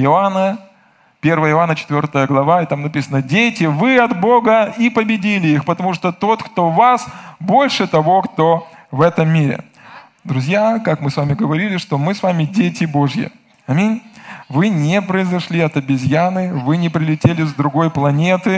Иоанна, 1 Иоанна 4 глава, и там написано: «Дети, вы от Бога и победили их, потому что тот, кто в вас, больше того, кто в этом мире». Друзья, как мы с вами говорили, что мы с вами дети Божьи. Аминь. Вы не произошли от обезьяны, вы не прилетели с другой планеты,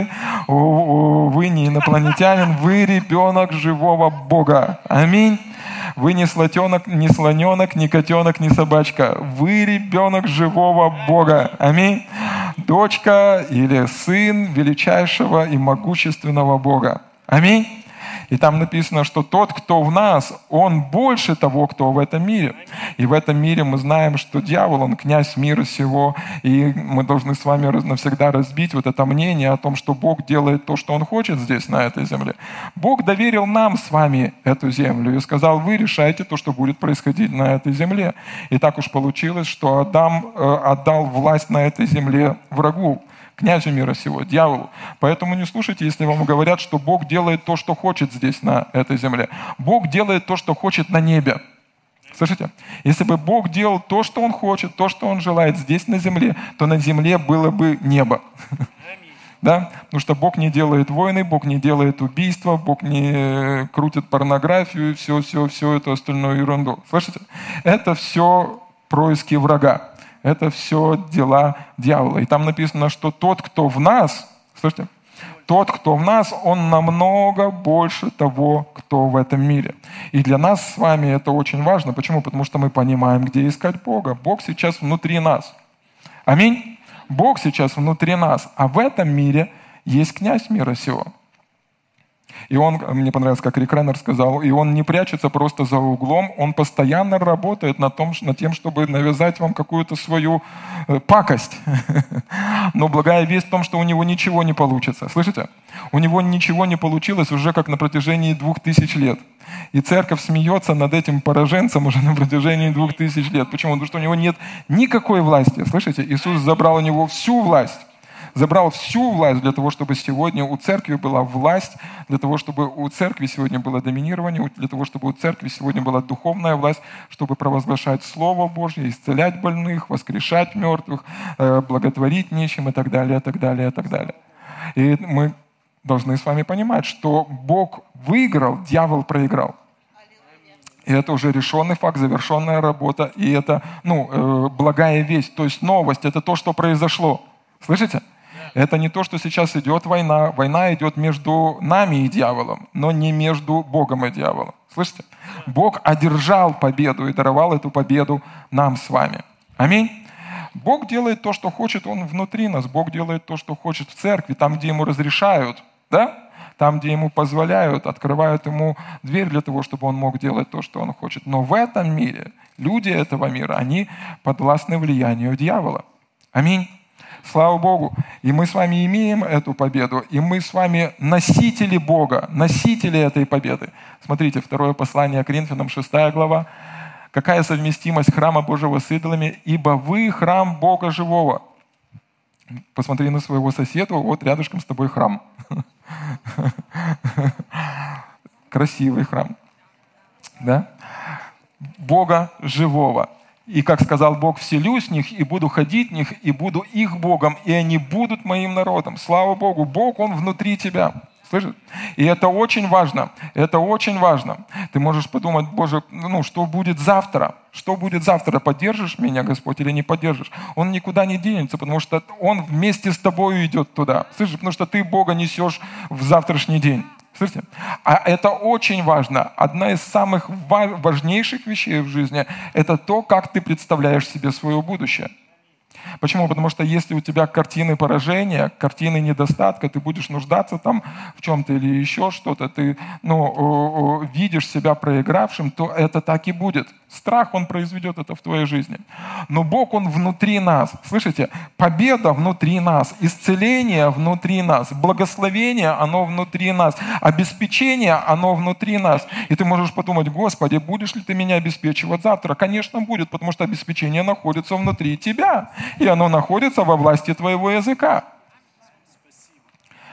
вы не инопланетянин, вы ребенок живого Бога. Аминь. Вы не слоненок, не котенок, не собачка. Вы ребенок живого Бога. Аминь. Дочка или сын величайшего и могущественного Бога. Аминь. И там написано, что тот, кто в нас, он больше того, кто в этом мире. И в этом мире мы знаем, что дьявол, он князь мира сего. И мы должны с вами навсегда разбить вот это мнение о том, что Бог делает то, что Он хочет здесь, на этой земле. Бог доверил нам с вами эту землю и сказал: вы решайте то, что будет происходить на этой земле. И так уж получилось, что Адам отдал власть на этой земле врагу, князю мира сего, дьяволу. Поэтому не слушайте, если вам говорят, что Бог делает то, что хочет здесь, на этой земле. Бог делает то, что хочет на небе. Слышите? Если бы Бог делал то, что Он хочет, то, что Он желает здесь, на земле, то на земле было бы небо. Да? Потому что Бог не делает войны, Бог не делает убийства, Бог не крутит порнографию и все эту остальную ерунду. Слышите? Это все происки врага. Это все дела дьявола. И там написано, что тот, кто в нас, слышите, тот, кто в нас, он намного больше того, кто в этом мире. И для нас с вами это очень важно. Почему? Потому что мы понимаем, где искать Бога. Бог сейчас внутри нас. Аминь. Бог сейчас внутри нас. А в этом мире есть князь мира сего. И он, мне понравилось, как Рик Реннер сказал, и он не прячется просто за углом, он постоянно работает над тем, чтобы навязать вам какую-то свою пакость. Но благая весть в том, что у него ничего не получится. Слышите? У него ничего не получилось уже как на протяжении 2000 лет. И церковь смеется над этим пораженцем уже на протяжении 2000 лет. Почему? Потому что у него нет никакой власти. Слышите? Иисус забрал у него всю власть. Забрал всю власть для того, чтобы сегодня у церкви была власть, для того, чтобы у церкви сегодня было доминирование, для того, чтобы у церкви сегодня была духовная власть, чтобы провозглашать Слово Божье, исцелять больных, воскрешать мертвых, благотворить нищим и так далее, и так далее, и так далее. И мы должны с вами понимать, что Бог выиграл, дьявол проиграл. И это уже решенный факт, завершенная работа, и это благая весть, то есть новость, это то, что произошло. Слышите? Это не то, что сейчас идет война. Война идет между нами и дьяволом, но не между Богом и дьяволом. Слышите? Бог одержал победу и даровал эту победу нам с вами. Аминь. Бог делает то, что хочет, Он внутри нас. Бог делает то, что хочет в церкви, там, где Ему разрешают, да? Там, где Ему позволяют, открывают Ему дверь для того, чтобы Он мог делать то, что Он хочет. Но в этом мире, люди этого мира, они подвластны влиянию дьявола. Аминь. Слава Богу! И мы с вами имеем эту победу, и мы с вами носители Бога, носители этой победы. Смотрите, 2 послание Коринфянам, 6 глава. Какая совместимость храма Божьего с идолами? Ибо вы храм Бога живого. Посмотри на своего соседа, вот рядышком с тобой храм. Красивый храм. Да? Бога живого. И, как сказал Бог, вселюсь в них, и буду ходить в них, и буду их Богом, и они будут моим народом. Слава Богу, Бог, Он внутри тебя. Слышишь? И это очень важно. Это очень важно. Ты можешь подумать: Боже, что будет завтра? Что будет завтра? Поддержишь меня, Господь, или не поддержишь? Он никуда не денется, потому что Он вместе с тобой идет туда. Слышишь? Потому что ты Бога несешь в завтрашний день. Слышите? А это очень важно. Одна из самых важнейших вещей в жизни – это то, как ты представляешь себе свое будущее. Почему? Потому что если у тебя картины поражения, картины недостатка, ты будешь нуждаться там в чем-то или еще что-то, ты видишь себя проигравшим, то это так и будет. Страх, он произведет это в твоей жизни. Но Бог, Он внутри нас. Слышите? Победа внутри нас, исцеление внутри нас, благословение, оно внутри нас, обеспечение, оно внутри нас. И ты можешь подумать: Господи, будешь ли Ты меня обеспечивать завтра? Конечно, будет, потому что обеспечение находится внутри тебя. И оно находится во власти твоего языка.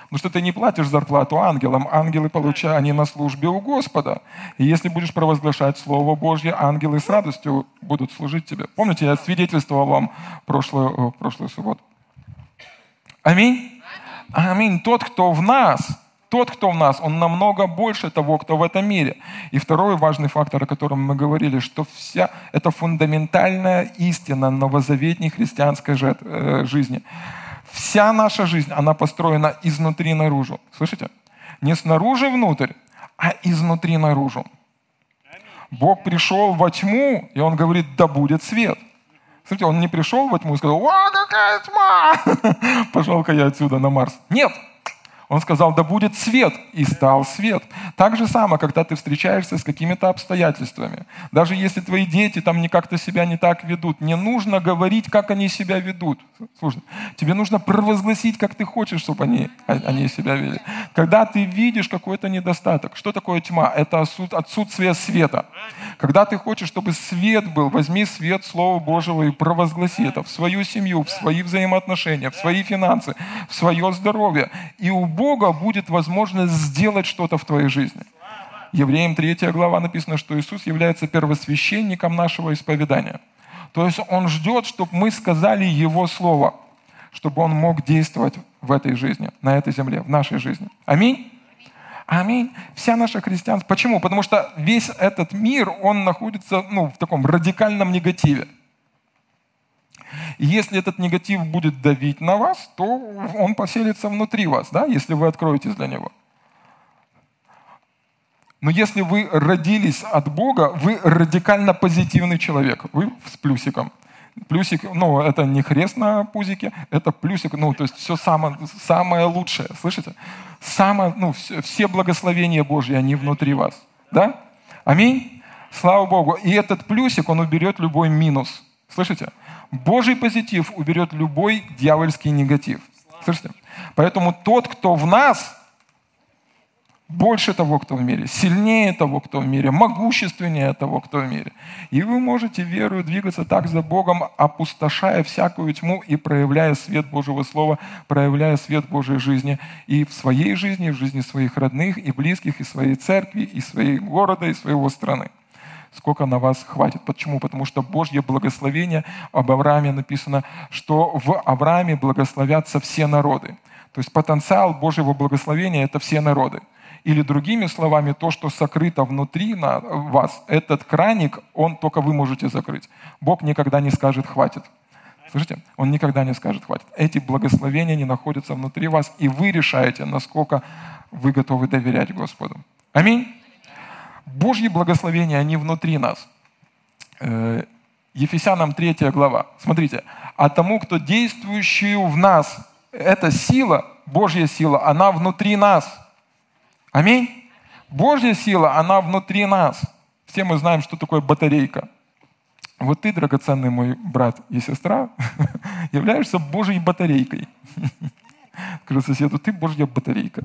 Потому что ты не платишь зарплату ангелам. Ангелы получают, они на службе у Господа. И если будешь провозглашать Слово Божье, ангелы с радостью будут служить тебе. Помните, я свидетельствовал вам прошлую субботу. Аминь? Аминь. Тот, кто в нас, он намного больше того, кто в этом мире. И второй важный фактор, о котором мы говорили, что вся эта фундаментальная истина новозаветней христианской жизни. Вся наша жизнь, она построена изнутри наружу. Слышите? Не снаружи внутрь, а изнутри наружу. Бог пришел во тьму, и Он говорит, да будет свет. Смотрите, Он не пришел во тьму и сказал, о, какая тьма! Пошел-ка я отсюда на Марс. Нет! Он сказал, да будет свет, и стал свет. Так же самое, когда ты встречаешься с какими-то обстоятельствами. Даже если твои дети там как-то себя не так ведут, не нужно говорить, как они себя ведут. Слушай, тебе нужно провозгласить, как ты хочешь, чтобы они себя вели. Когда ты видишь какой-то недостаток, что такое тьма? Это отсутствие света. Когда ты хочешь, чтобы свет был, возьми свет Слова Божьего и провозгласи это в свою семью, в свои взаимоотношения, в свои финансы, в свое здоровье. И у Бога будет возможность сделать что-то в твоей жизни. Евреям 3 глава написано, что Иисус является первосвященником нашего исповедания. То есть Он ждет, чтобы мы сказали Его Слово, чтобы Он мог действовать в этой жизни, на этой земле, в нашей жизни. Аминь? Аминь. Вся наша христианство. Почему? Потому что весь этот мир, он находится в таком радикальном негативе. И если этот негатив будет давить на вас, то он поселится внутри вас, да, если вы откроетесь для него. Но если вы родились от Бога, вы радикально позитивный человек. Вы с плюсиком. Плюсик, это не хрест на пузике, это плюсик, то есть все самое лучшее. Слышите? Все благословения Божьи, они внутри вас. Да? Аминь? Слава Богу. И этот плюсик, он уберет любой минус. Слышите? Божий позитив уберет любой дьявольский негатив. Слышите? Поэтому тот, кто в нас, больше того, кто в мире, сильнее того, кто в мире, могущественнее того, кто в мире. И вы можете верою двигаться так за Богом, опустошая всякую тьму и проявляя свет Божьего Слова, проявляя свет Божьей жизни и в своей жизни, и в жизни своих родных, и близких, и своей церкви, и своего города, и своего страны. Сколько на вас хватит. Почему? Потому что Божье благословение об Аврааме написано, что в Аврааме благословятся все народы. То есть потенциал Божьего благословения – это все народы. Или другими словами, то, что сокрыто внутри вас, этот краник, он только вы можете закрыть. Бог никогда не скажет «хватит». Слышите? Он никогда не скажет «хватит». Эти благословения не находятся внутри вас, и вы решаете, насколько вы готовы доверять Господу. Аминь. Божьи благословения, они внутри нас. Ефесянам 3 глава. Смотрите. «А тому, кто действующий в нас», эта сила, Божья сила, она внутри нас. Аминь. Божья сила, она внутри нас. Все мы знаем, что такое батарейка. Вот ты, драгоценный мой брат и сестра, являешься Божьей батарейкой. Скажи соседу, ты Божья батарейка.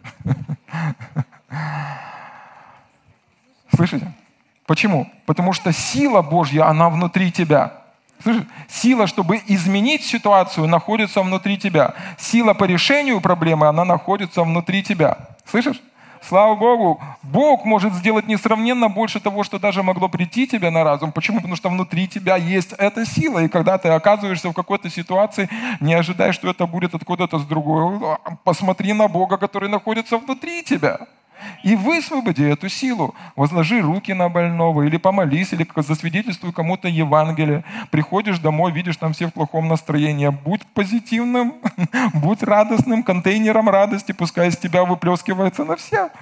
Слышите? Почему? Потому что сила Божья, она внутри тебя. Слышите? Сила, чтобы изменить ситуацию, находится внутри тебя. Сила по решению проблемы, она находится внутри тебя. Слышишь? Слава Богу, Бог может сделать несравненно больше того, что даже могло прийти тебе на разум. Почему? Потому что внутри тебя есть эта сила. И когда ты оказываешься в какой-то ситуации, не ожидай, что это будет откуда-то с другой. Посмотри на Бога, который находится внутри тебя. И высвободи эту силу. Возложи руки на больного, или помолись, или засвидетельствуй кому-то Евангелие. Приходишь домой, видишь, там все в плохом настроении. Будь позитивным, будь радостным, контейнером радости, пускай из тебя выплескивается на всех.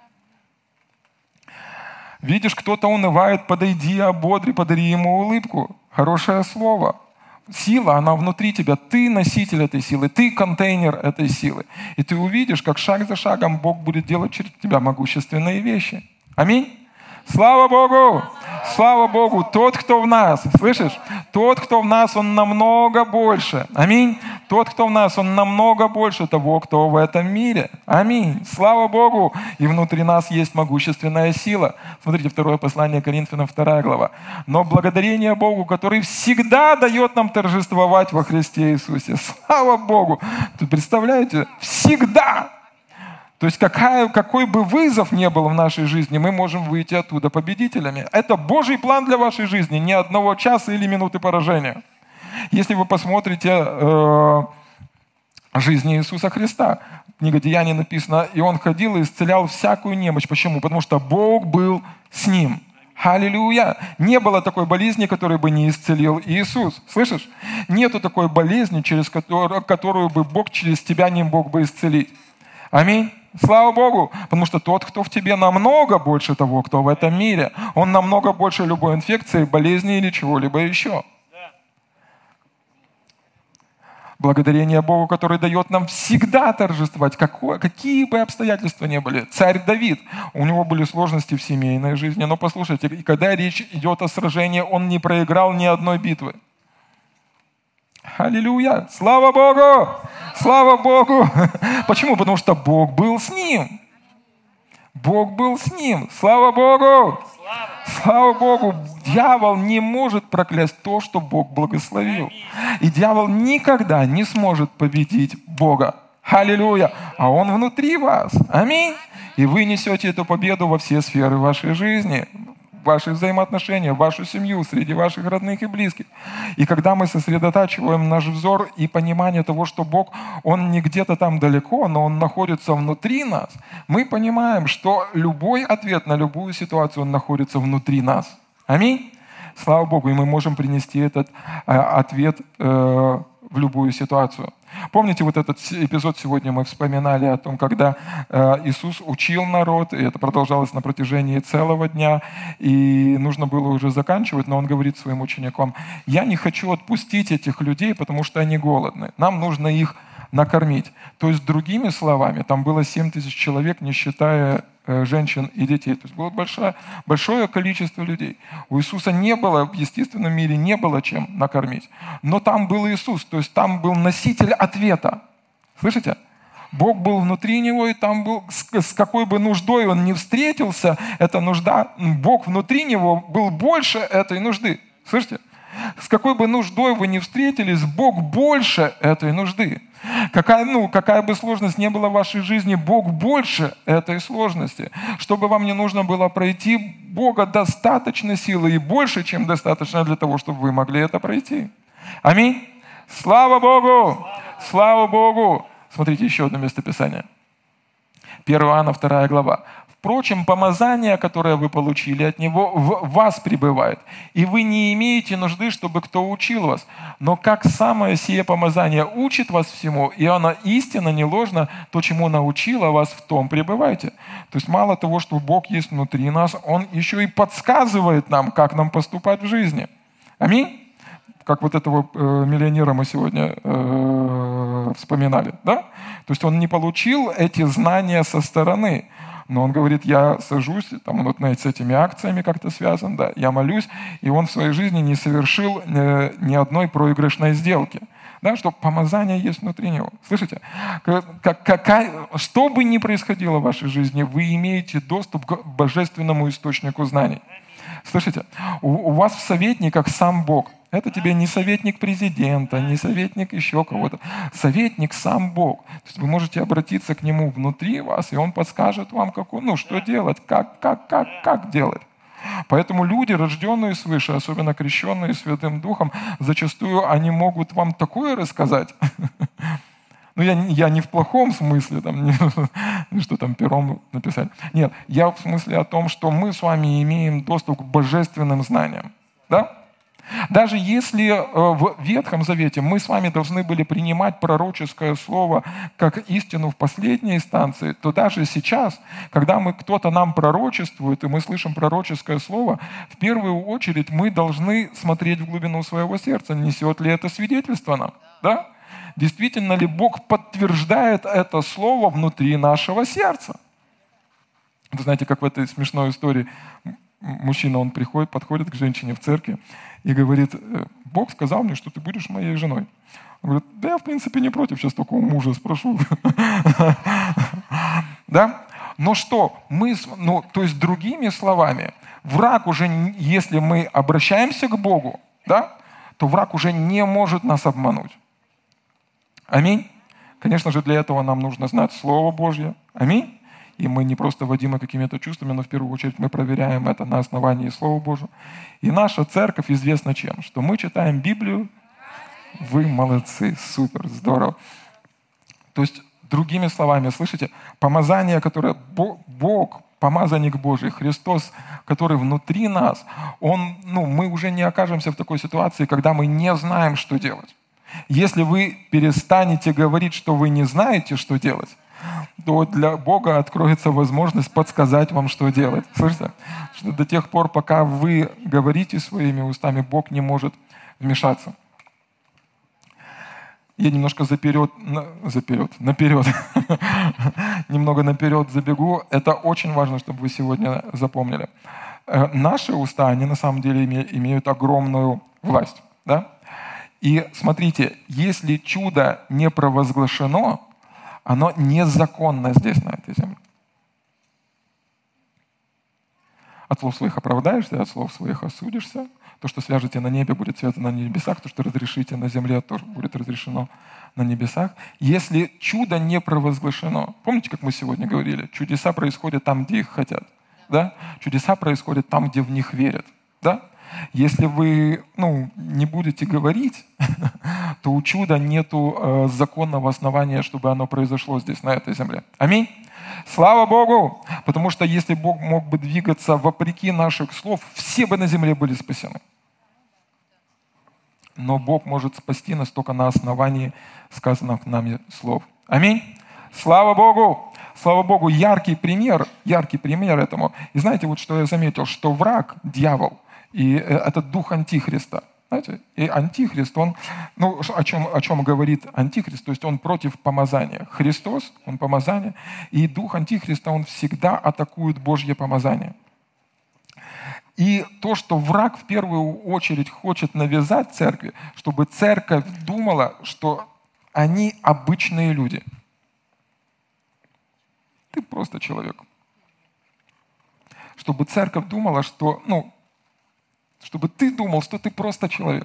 Видишь, кто-то унывает, подойди, ободри, подари ему улыбку. Хорошее слово. Сила, она внутри тебя. Ты носитель этой силы, ты контейнер этой силы. И ты увидишь, как шаг за шагом Бог будет делать через тебя могущественные вещи. Аминь. Слава Богу! Слава Богу! Тот, кто в нас, слышишь? Тот, кто в нас, он намного больше. Аминь. Тот, кто в нас, он намного больше того, кто в этом мире. Аминь. Слава Богу! И внутри нас есть могущественная сила. Смотрите, 2 послание Коринфянам, 2 глава. «Но благодарение Богу, который всегда дает нам торжествовать во Христе Иисусе». Слава Богу! Тут представляете? Всегда! То есть какой бы вызов ни был в нашей жизни, мы можем выйти оттуда победителями. Это Божий план для вашей жизни, ни одного часа или минуты поражения. Если вы посмотрите жизни Иисуса Христа, в книге Деяний написано, и Он ходил и исцелял всякую немощь. Почему? Потому что Бог был с Ним. Аллилуйя! Не было такой болезни, которую бы не исцелил Иисус. Слышишь? Нету такой болезни, через которую бы Бог через тебя не мог бы исцелить. Аминь. Слава Богу! Потому что тот, кто в тебе, намного больше того, кто в этом мире. Он намного больше любой инфекции, болезни или чего-либо еще. Благодарение Богу, который дает нам всегда торжествовать, какие бы обстоятельства ни были. Царь Давид, у него были сложности в семейной жизни, но послушайте, когда речь идет о сражении, он не проиграл ни одной битвы. Аллилуйя! Слава Богу! Слава Богу! Почему? Потому что Бог был с ним. Бог был с ним. Слава Богу! Слава Богу! Дьявол не может проклясть то, что Бог благословил. И дьявол никогда не сможет победить Бога. Аллилуйя! А Он внутри вас. Аминь! И вы несете эту победу во все сферы вашей жизни, ваши взаимоотношения, вашу семью, среди ваших родных и близких. И когда мы сосредотачиваем наш взор и понимание того, что Бог, Он не где-то там далеко, но Он находится внутри нас, мы понимаем, что любой ответ на любую ситуацию, он находится внутри нас. Аминь. Слава Богу, и мы можем принести этот ответ в любую ситуацию. Помните вот этот эпизод сегодня мы вспоминали о том, когда Иисус учил народ, и это продолжалось на протяжении целого дня, и нужно было уже заканчивать, но Он говорит своим ученикам: «Я не хочу отпустить этих людей, потому что они голодны. Нам нужно их накормить». То есть, другими словами, там было 7 тысяч человек, не считая женщин и детей. То есть было большое количество людей. У Иисуса не было, в естественном мире не было чем накормить. Но там был Иисус, то есть там был носитель ответа. Слышите? Бог был внутри него, и там был, с какой бы нуждой он ни встретился, эта нужда, Бог внутри него был больше этой нужды. Слышите? С какой бы нуждой вы ни встретились, Бог больше этой нужды. Какая бы сложность ни была в вашей жизни, Бог больше этой сложности. Чтобы вам не нужно было пройти, Бога достаточно силы и больше, чем достаточно для того, чтобы вы могли это пройти. Аминь. Слава Богу! Слава Богу! Смотрите, еще одно местописание. 1 Иоанна 2 глава. «Впрочем, помазание, которое вы получили от Него, в вас пребывает, и вы не имеете нужды, чтобы кто учил вас. Но как самое сие помазание учит вас всему, и оно истинно, не ложно, то, чему научило вас, в том пребывайте». То есть мало того, что Бог есть внутри нас, Он еще и подсказывает нам, как нам поступать в жизни. Аминь? Как вот этого миллионера мы сегодня вспоминали. Да? То есть он не получил эти знания со стороны, но он говорит: я сажусь, там, вот, с этими акциями как-то связан, да, я молюсь, и он в своей жизни не совершил ни одной проигрышной сделки. Да, что помазание есть внутри него. Слышите? Что бы ни происходило в вашей жизни, вы имеете доступ к божественному источнику знаний. Слышите? У вас в советниках сам Бог. Это тебе не советник президента, не советник еще кого-то. Советник сам Бог. То есть вы можете обратиться к Нему внутри вас, и Он подскажет вам, что делать, как делать. Поэтому люди, рожденные свыше, особенно крещенные Святым Духом, зачастую они могут вам такое рассказать. Я не в плохом смысле, что там пером написать. Нет, я в смысле о том, что мы с вами имеем доступ к божественным знаниям. Да? Даже если в Ветхом Завете мы с вами должны были принимать пророческое слово как истину в последней инстанции, то даже сейчас, когда кто-то нам пророчествует, и мы слышим пророческое слово, в первую очередь мы должны смотреть в глубину своего сердца, несет ли это свидетельство нам. Да? Действительно ли Бог подтверждает это слово внутри нашего сердца? Вы знаете, как в этой смешной истории мужчина, он подходит к женщине в церкви и говорит: Бог сказал мне, что ты будешь моей женой. Он говорит: да я в принципе не против, сейчас только у мужа спрошу. Да? Но что? То есть другими словами, враг уже, если мы обращаемся к Богу, да, то враг уже не может нас обмануть. Аминь. Конечно же, для этого нам нужно знать Слово Божье. Аминь. И мы не просто водимы какими-то чувствами, но в первую очередь мы проверяем это на основании Слова Божьего. И наша церковь известна чем? Что мы читаем Библию. Вы молодцы, супер, здорово. То есть, другими словами, слышите, помазание, которое Бог, помазанник Божий, Христос, который внутри нас, мы уже не окажемся в такой ситуации, когда мы не знаем, что делать. Если вы перестанете говорить, что вы не знаете, что делать, то для Бога откроется возможность подсказать вам, что делать. Слышите? Что до тех пор, пока вы говорите своими устами, Бог не может вмешаться. Я немножко наперед, немного наперед забегу. Это очень важно, чтобы вы сегодня запомнили. Наши уста, они на самом деле имеют огромную власть. Да? И смотрите, если чудо не провозглашено, оно незаконно здесь, на этой земле. От слов своих оправдаешься, от слов своих осудишься. То, что свяжете на небе, будет связано на небесах. То, что разрешите на земле, тоже будет разрешено на небесах. Если чудо не провозглашено, помните, как мы сегодня говорили, чудеса происходят там, где их хотят. Да? Чудеса происходят там, где в них верят. Да? Если вы не будете говорить, то у чуда нету законного основания, чтобы оно произошло здесь, на этой земле. Аминь. Слава Богу! Потому что если Бог мог бы двигаться вопреки наших слов, все бы на земле были спасены. Но Бог может спасти нас только на основании сказанных нами слов. Аминь. Слава Богу! Слава Богу, яркий пример этому. И знаете, вот что я заметил, что враг, дьявол, и этот дух Антихриста, знаете, и Антихрист, он, о чем говорит Антихрист, то есть он против помазания. Христос, он помазание, и дух Антихриста, он всегда атакует Божье помазание. И то, что враг в первую очередь хочет навязать церкви, чтобы церковь думала, что они обычные люди. Ты просто человек. Чтобы церковь думала, что, чтобы ты думал, что ты просто человек.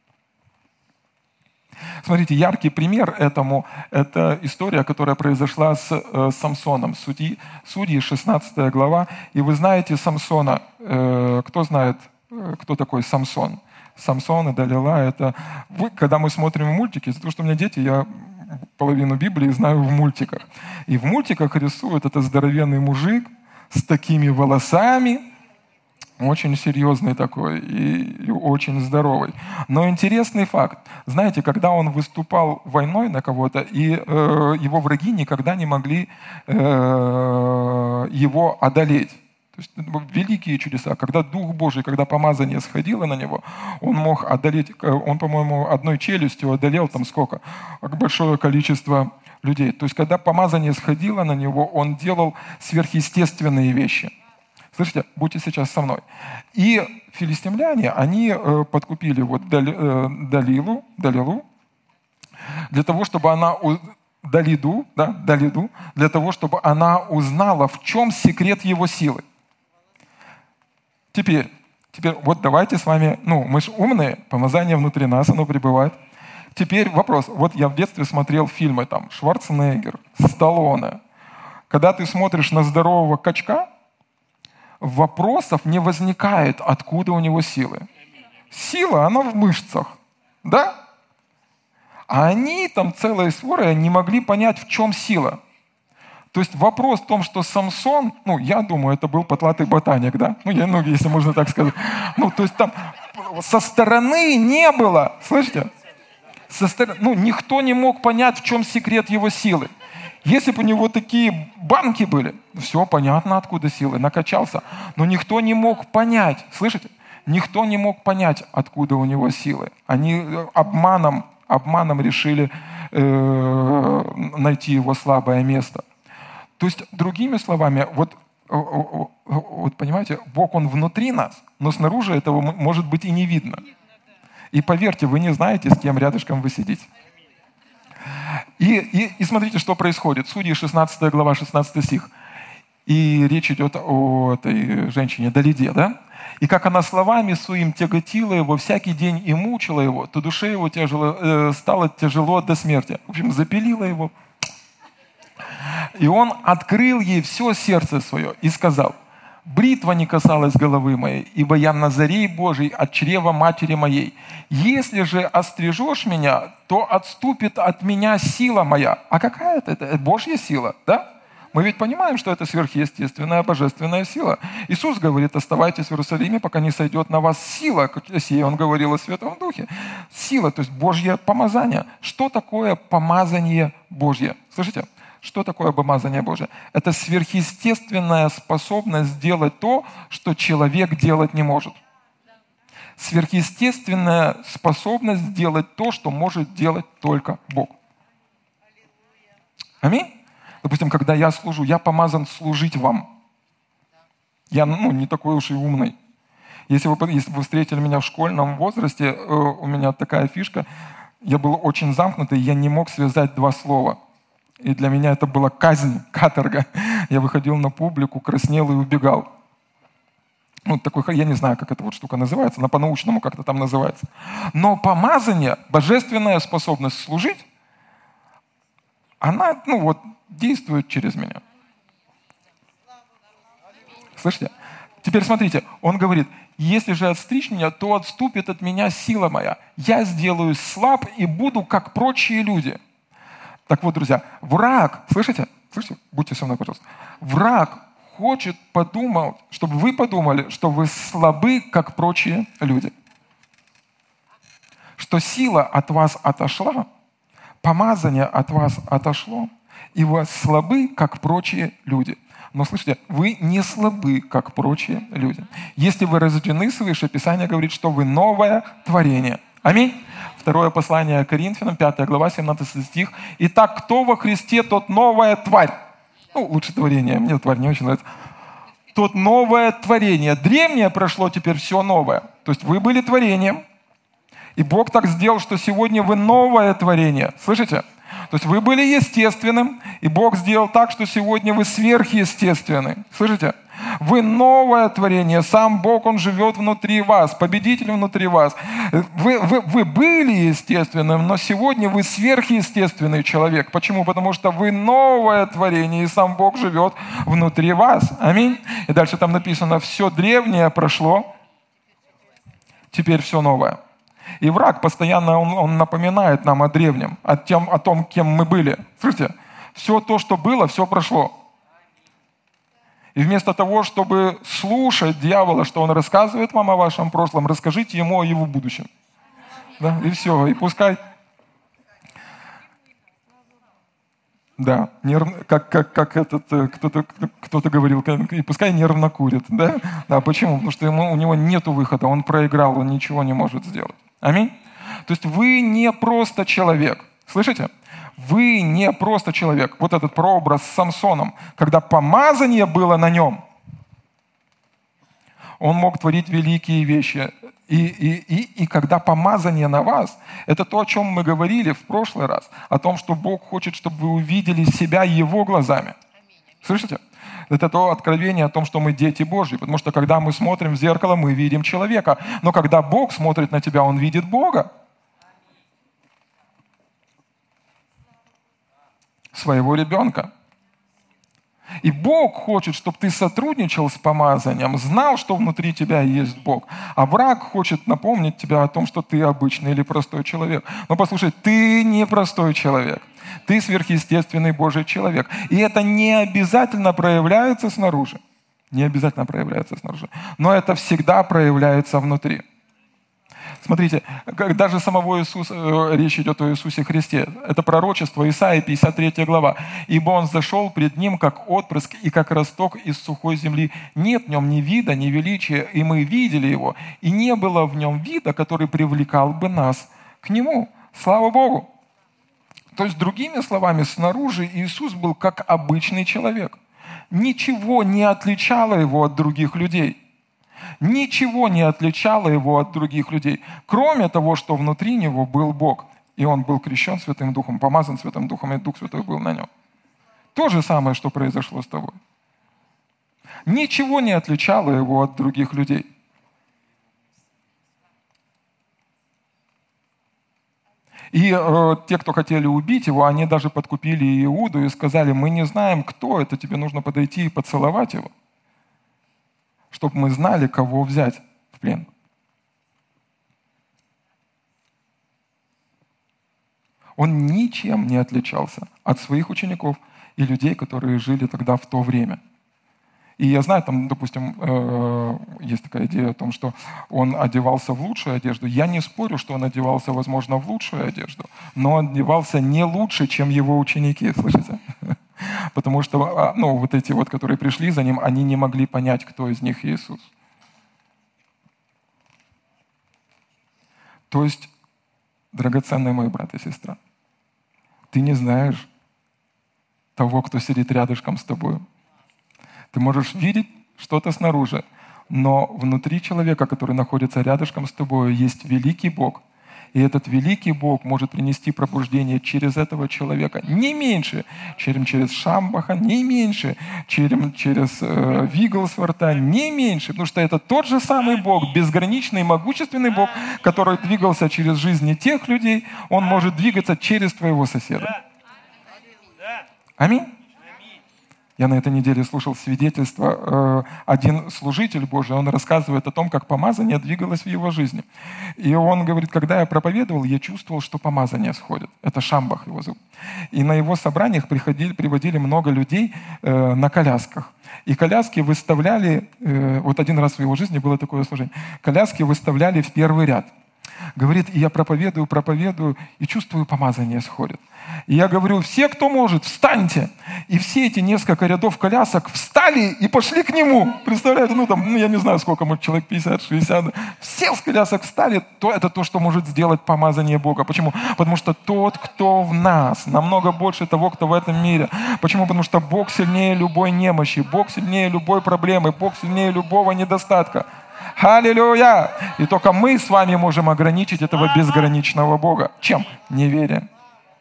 Смотрите, яркий пример этому – это история, которая произошла с Самсоном. Судьи, 16 глава. И вы знаете Самсона. Кто знает, кто такой Самсон? Самсон и Далила – это… Когда мы смотрим мультики, из-за того, что у меня дети, я половину Библии знаю в мультиках. И в мультиках рисуют это здоровенный мужик с такими волосами, очень серьезный такой и очень здоровый. Но интересный факт. Знаете, когда он выступал войной на кого-то, и его враги никогда не могли его одолеть. То есть великие чудеса. Когда Дух Божий, когда помазание сходило на него, он мог одолеть, он, по-моему, одной челюстью одолел там сколько? Большое количество людей. То есть когда помазание сходило на него, он делал сверхъестественные вещи. Слышите, будьте сейчас со мной. И филистимляне, они подкупили Далилу для того, чтобы она Далиду, для того, чтобы она узнала, в чем секрет его силы. Теперь вот давайте с вами, мы же умные, помазание внутри нас, оно пребывает. Теперь вопрос. Вот я в детстве смотрел фильмы там Шварценеггер, Сталлоне. Когда ты смотришь на здорового качка, вопросов не возникает, откуда у него силы. Сила, она в мышцах, да? А они там целой сворой не могли понять, в чем сила. То есть вопрос в том, что Самсон, я думаю, это был потлатый ботаник, да? Если можно так сказать. То есть там со стороны не было, слышите? Никто не мог понять, в чем секрет его силы. Если бы у него такие банки были, все понятно, откуда силы, накачался. Но никто не мог понять, слышите? Никто не мог понять, откуда у него силы. Они обманом решили найти его слабое место. То есть, другими словами, вот понимаете, Бог, Он внутри нас, но снаружи этого может быть и не видно. И поверьте, вы не знаете, с кем рядышком вы сидите. И смотрите, что происходит. Судьи 16 глава, 16 стих. И речь идет о этой женщине Далиде, да? И как она словами своим тяготила его всякий день и мучила его, то душе его стало тяжело до смерти. В общем, запилила его. И он открыл ей все сердце свое и сказал: бритва не касалась головы моей, ибо я Назарей Божий от чрева матери моей. Если же острижешь меня, то отступит от меня сила моя. А какая это? Это Божья сила, да? Мы ведь понимаем, что это сверхъестественная, божественная сила. Иисус говорит: оставайтесь в Иерусалиме, пока не сойдет на вас сила. Как сей он говорил о Святом Духе. Сила, то есть Божье помазание. Что такое помазание Божье? Слышите? Что такое помазание Божие? Это сверхъестественная способность сделать то, что человек делать не может. Сверхъестественная способность сделать то, что может делать только Бог. Аминь? Допустим, когда я служу, я помазан служить вам. Я не такой уж и умный. Если вы встретили меня в школьном возрасте, у меня такая фишка, я был очень замкнутый, я не мог связать два слова. И для меня это была казнь, каторга. Я выходил на публику, краснел и убегал. Такой, я не знаю, как эта штука называется, но по-научному как-то там называется. Но помазание, божественная способность служить, она, действует через меня. Слышите? Теперь смотрите, он говорит: если же отстричь меня, то отступит от меня сила моя. Я сделаюсь слаб и буду, как прочие люди. Так вот, друзья, враг, слышите? Слышите? Будьте со мной, пожалуйста. Враг хочет чтобы вы подумали, что вы слабы, как прочие люди. Что сила от вас отошла, помазание от вас отошло, и вы слабы, как прочие люди. Но слышите, вы не слабы, как прочие люди. Если вы рождены свыше, Писание говорит, что вы новое творение. Аминь. Второе послание Коринфянам, 5 глава, 17 стих. Итак, кто во Христе, тот новая тварь. Лучше творение, мне тварь не очень нравится. Тот новое творение. Древнее прошло, теперь все новое. То есть вы были творением, и Бог так сделал, что сегодня вы новое творение. Слышите? То есть вы были естественным, и Бог сделал так, что сегодня вы сверхъестественны. Слышите? Вы новое творение, сам Бог, Он живет внутри вас, победитель внутри вас. Вы были естественным, но сегодня вы сверхъестественный человек. Почему? Потому что вы новое творение, и сам Бог живет внутри вас. Аминь. И дальше там написано: все древнее прошло, теперь все новое. И враг постоянно, он напоминает нам о древнем, о том, кем мы были. Слышите? Все то, что было, все прошло. И вместо того, чтобы слушать дьявола, что он рассказывает вам о вашем прошлом, расскажите ему о его будущем. Да? И все. И пускай... Да, как кто-то говорил, и пускай нервно курит. Да? Да, почему? Потому что у него нет выхода, он проиграл, он ничего не может сделать. Аминь? То есть вы не просто человек. Слышите? Вы не просто человек. Вот этот прообраз с Самсоном, когда помазание было на нем, он мог творить великие вещи. И когда помазание на вас, это то, о чем мы говорили в прошлый раз, о том, что Бог хочет, чтобы вы увидели себя Его глазами. Слышите? Это то откровение о том, что мы дети Божьи. Потому что когда мы смотрим в зеркало, мы видим человека. Но когда Бог смотрит на тебя, Он видит Бога. Своего ребенка. И Бог хочет, чтобы ты сотрудничал с помазанием, знал, что внутри тебя есть Бог. А враг хочет напомнить тебе о том, что ты обычный или простой человек. Но послушай, ты не простой человек. Ты сверхъестественный Божий человек. И это не обязательно проявляется снаружи. Не обязательно проявляется снаружи. Но это всегда проявляется внутри. Смотрите, даже самого Иисуса, речь идет о Иисусе Христе. Это пророчество Исаии, 53 глава. «Ибо Он зашел пред Ним, как отпрыск и как росток из сухой земли. Нет в Нем ни вида, ни величия, и мы видели Его, и не было в Нем вида, который привлекал бы нас к Нему». Слава Богу! То есть, другими словами, снаружи Иисус был как обычный человек. Ничего не отличало Его от других людей. Ничего не отличало Его от других людей, кроме того, что внутри Него был Бог. И Он был крещен Святым Духом, помазан Святым Духом, и Дух Святой был на Нем. То же самое, что произошло с тобой. Ничего не отличало Его от других людей. И те, кто хотели убить его, они даже подкупили Иуду и сказали: мы не знаем, кто это, тебе нужно подойти и поцеловать его, чтобы мы знали, кого взять в плен. Он ничем не отличался от своих учеников и людей, которые жили тогда в то время. И я знаю, там, допустим, есть такая идея о том, что он одевался в лучшую одежду. Я не спорю, что он одевался, возможно, в лучшую одежду, но он одевался не лучше, чем его ученики, слышите? Потому что вот эти вот, которые пришли за ним, они не могли понять, кто из них Иисус. То есть, драгоценный мой брат и сестра, ты не знаешь того, кто сидит рядышком с тобой. Ты можешь видеть что-то снаружи, но внутри человека, который находится рядышком с тобой, есть великий Бог. И этот великий Бог может принести пробуждение через этого человека не меньше, чем через Шамбаха, не меньше, чем через Вигглсворта, не меньше. Потому что это тот же самый Бог, безграничный, могущественный Бог, который двигался через жизни тех людей, Он может двигаться через твоего соседа. Аминь. Я на этой неделе слушал свидетельство. Один служитель Божий, он рассказывает о том, как помазание двигалось в его жизни. И он говорит: когда я проповедовал, я чувствовал, что помазание сходит. Это Шамбах его зовут. И на его собраниях приводили много людей на колясках. И коляски выставляли, вот один раз в его жизни было такое служение, коляски выставляли в первый ряд. Говорит: и я проповедую, и чувствую, помазание сходит. И я говорю: все, кто может, встаньте. И все эти несколько рядов колясок встали и пошли к нему. Представляете, я не знаю, сколько, может, человек 50-60. Все с колясок встали. Это то, что может сделать помазание Бога. Почему? Потому что тот, кто в нас, намного больше того, кто в этом мире. Почему? Потому что Бог сильнее любой немощи, Бог сильнее любой проблемы, Бог сильнее любого недостатка. Аллилуйя! И только мы с вами можем ограничить этого безграничного Бога. Чем? Неверием.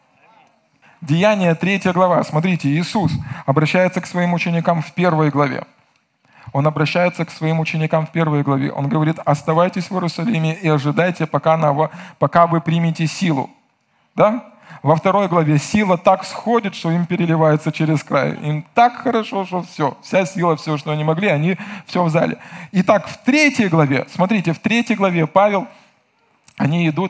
Деяния 3 глава. Смотрите, Иисус обращается к своим ученикам в 1 главе. Он обращается к своим ученикам в 1 главе. Он говорит: оставайтесь в Иерусалиме и ожидайте, пока вы примете силу. Да? Во 2 главе сила так сходит, что им переливается через край. Им так хорошо, что все. Вся сила, все, что они могли, они все взяли. Итак, в 3 главе, смотрите, в 3 главе Павел, они идут...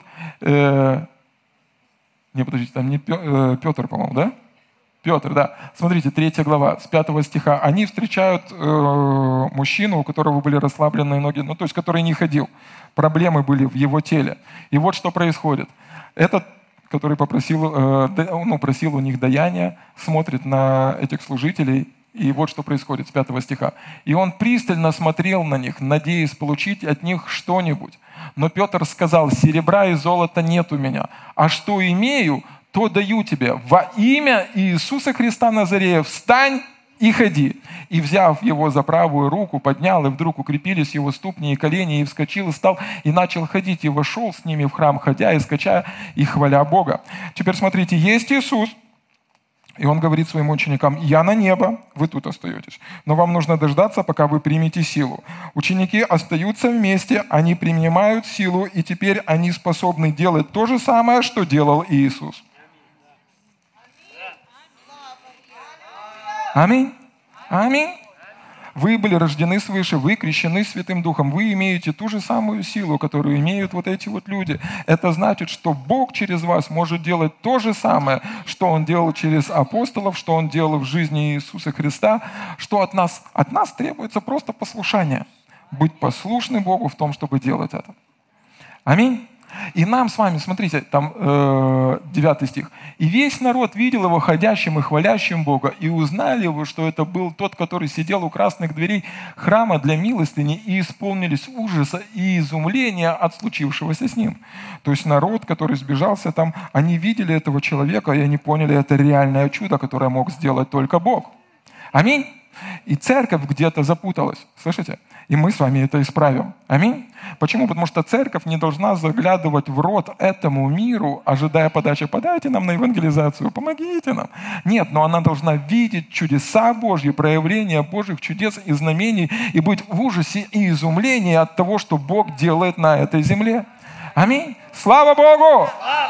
подождите, там не Петр, по-моему, да? Петр, да. Смотрите, 3 глава, с 5 стиха. Они встречают мужчину, у которого были расслабленные ноги, то есть который не ходил. Проблемы были в его теле. И вот что происходит. Этот, который просил у них даяние, смотрит на этих служителей, и вот что происходит с 5 стиха. «И он пристально смотрел на них, надеясь получить от них что-нибудь. Но Петр сказал: серебра и золота нет у меня, а что имею, то даю тебе. Во имя Иисуса Христа Назарея встань и ходи». И, взяв его за правую руку, поднял, и вдруг укрепились его ступни и колени, и вскочил, и стал, и начал ходить, и вошел с ними в храм, ходя и скачая, и хваля Бога. Теперь смотрите, есть Иисус, и Он говорит своим ученикам: «Я на небо, вы тут остаетесь, но вам нужно дождаться, пока вы примете силу». Ученики остаются вместе, они принимают силу, и теперь они способны делать то же самое, что делал Иисус. Аминь. Аминь. Вы были рождены свыше, вы крещены Святым Духом, вы имеете ту же самую силу, которую имеют вот эти вот люди. Это значит, что Бог через вас может делать то же самое, что Он делал через апостолов, что Он делал в жизни Иисуса Христа, что от нас требуется просто послушание. Быть послушным Богу в том, чтобы делать это. Аминь. И нам с вами, смотрите, там 9 стих. «И весь народ видел его ходящим и хвалящим Бога, и узнали его, что это был тот, который сидел у красных дверей храма для милостыни, и исполнились ужаса и изумления от случившегося с ним». То есть народ, который сбежался там, они видели этого человека, и они поняли, это реальное чудо, которое мог сделать только Бог. Аминь. И церковь где-то запуталась. Слышите? И мы с вами это исправим. Аминь. Почему? Потому что церковь не должна заглядывать в рот этому миру, ожидая подачи. Подайте нам на евангелизацию, помогите нам. Нет, но она должна видеть чудеса Божьи, проявления Божьих чудес и знамений и быть в ужасе и изумлении от того, что Бог делает на этой земле. Аминь. Слава Богу!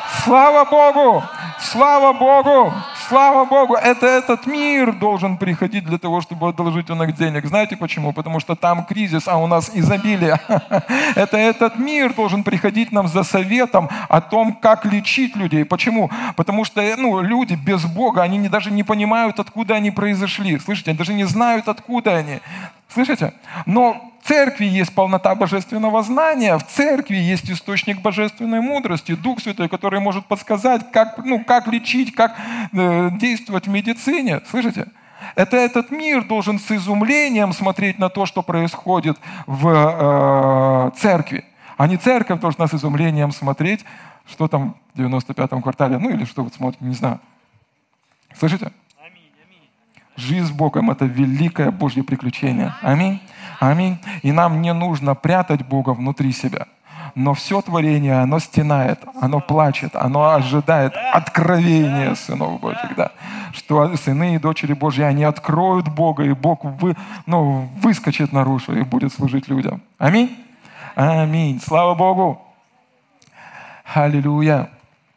Слава Богу! Слава Богу! Слава Богу! Это этот мир должен приходить для того, чтобы одолжить у нас денег. Знаете почему? Потому что там кризис, а у нас изобилие. Это этот мир должен приходить нам за советом о том, как лечить людей. Почему? Потому что люди без Бога, они даже не понимают, откуда они произошли. Слышите? Они даже не знают, откуда они. Слышите? Но в церкви есть полнота божественного знания, в церкви есть источник божественной мудрости, Дух Святой, который может подсказать, как лечить, как действовать в медицине. Слышите? Это этот мир должен с изумлением смотреть на то, что происходит в церкви. А не церковь должна с изумлением смотреть, что там в 95-м квартале, или что вот смотрите, не знаю. Слышите? Жизнь с Богом – это великое Божье приключение. Аминь. Аминь. И нам не нужно прятать Бога внутри себя. Но все творение, оно стенает, оно плачет, оно ожидает откровения сынов Божьих. Да? Что сыны и дочери Божьи, они откроют Бога, и Бог выскочит наружу и будет служить людям. Аминь. Аминь. Слава Богу. Аллилуйя.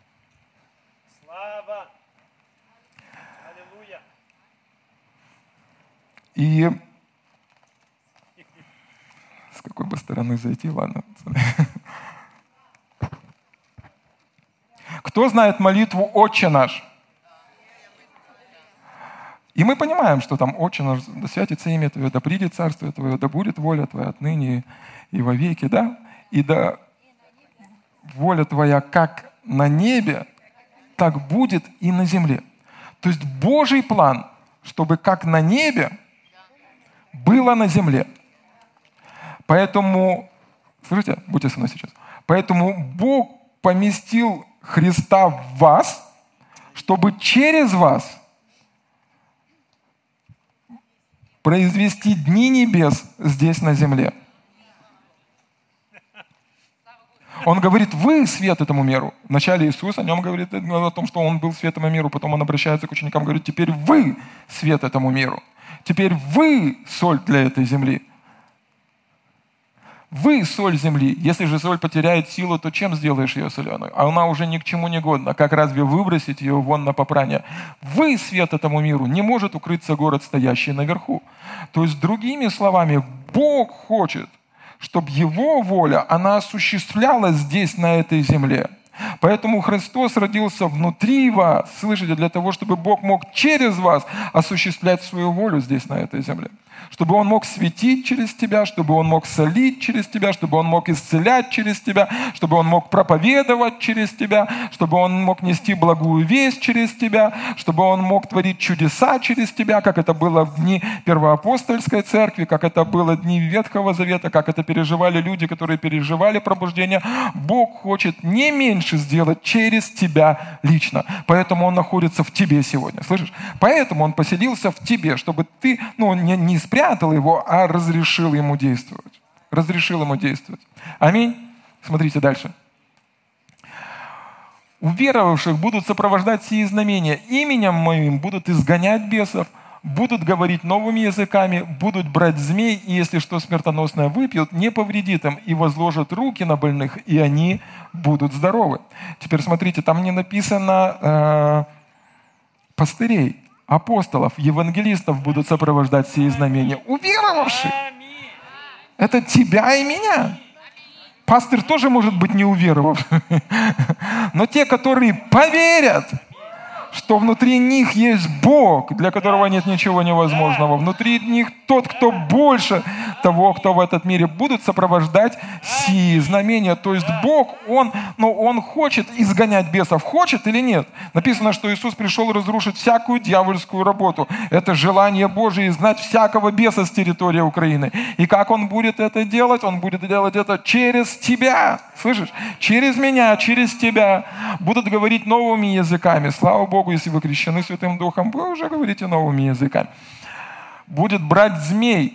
И с какой бы стороны зайти, ладно. Кто знает молитву «Отче наш»? И мы понимаем, что там «Отче наш, да святится имя Твое, да придет царствие Твое, да будет воля Твоя отныне и вовеки», да? И да воля Твоя как на небе, так будет и на земле. То есть Божий план, чтобы как на небе, было на земле. Поэтому, слышите, будьте со мной сейчас. Поэтому Бог поместил Христа в вас, чтобы через вас произвести дни небес здесь на земле. Он говорит, вы свет этому миру. Вначале Иисус о нем говорит, о том, что он был светом миру, потом он обращается к ученикам, говорит, теперь вы свет этому миру. Теперь вы соль для этой земли. Вы соль земли. Если же соль потеряет силу, то чем сделаешь ее соленой? Она уже ни к чему не годна. Как разве выбросить ее вон на попрание? Вы свет этому миру. Не может укрыться город, стоящий наверху. То есть, другими словами, Бог хочет, чтобы Его воля, она осуществлялась здесь, на этой земле. Поэтому Христос родился внутри вас, слышите, для того, чтобы Бог мог через вас осуществлять свою волю здесь, на этой земле. Чтобы Он мог светить через тебя, чтобы Он мог солить через тебя, чтобы Он мог исцелять через тебя, чтобы Он мог проповедовать через тебя, чтобы Он мог нести благую весть через тебя, чтобы Он мог творить чудеса через тебя, как это было в дни Первоапостольской церкви, как это было в дни Ветхого Завета, как это переживали люди, которые переживали пробуждение. Бог хочет не меньше сделать через тебя лично. Поэтому Он находится в тебе сегодня. Слышишь? Поэтому Он поселился в тебе, чтобы ты не спрятал его, а разрешил ему действовать. Разрешил ему действовать. Аминь. Смотрите дальше. Уверовавших будут сопровождать сии знамения. Именем моим будут изгонять бесов, будут говорить новыми языками, будут брать змей, и если что смертоносное выпьют, не повредит им, и возложат руки на больных, и они будут здоровы. Теперь смотрите, там не написано пастырей, апостолов, евангелистов будут сопровождать сии знамения. Уверовавших. Это тебя и меня. Пастырь тоже может быть не уверовавшим. Но те, которые поверят, что внутри них есть Бог, для которого нет ничего невозможного. Внутри них тот, кто больше того, кто в этот мире, будут сопровождать сии знамения. То есть Бог, Он хочет изгонять бесов. Хочет или нет? Написано, что Иисус пришел разрушить всякую дьявольскую работу. Это желание Божие изгнать всякого беса с территории Украины. И как Он будет это делать? Он будет делать это через тебя. Слышишь? Через меня, через тебя. Будут говорить новыми языками. Слава Богу, если вы крещены Святым Духом, вы уже говорите новыми языками. Будет брать змей.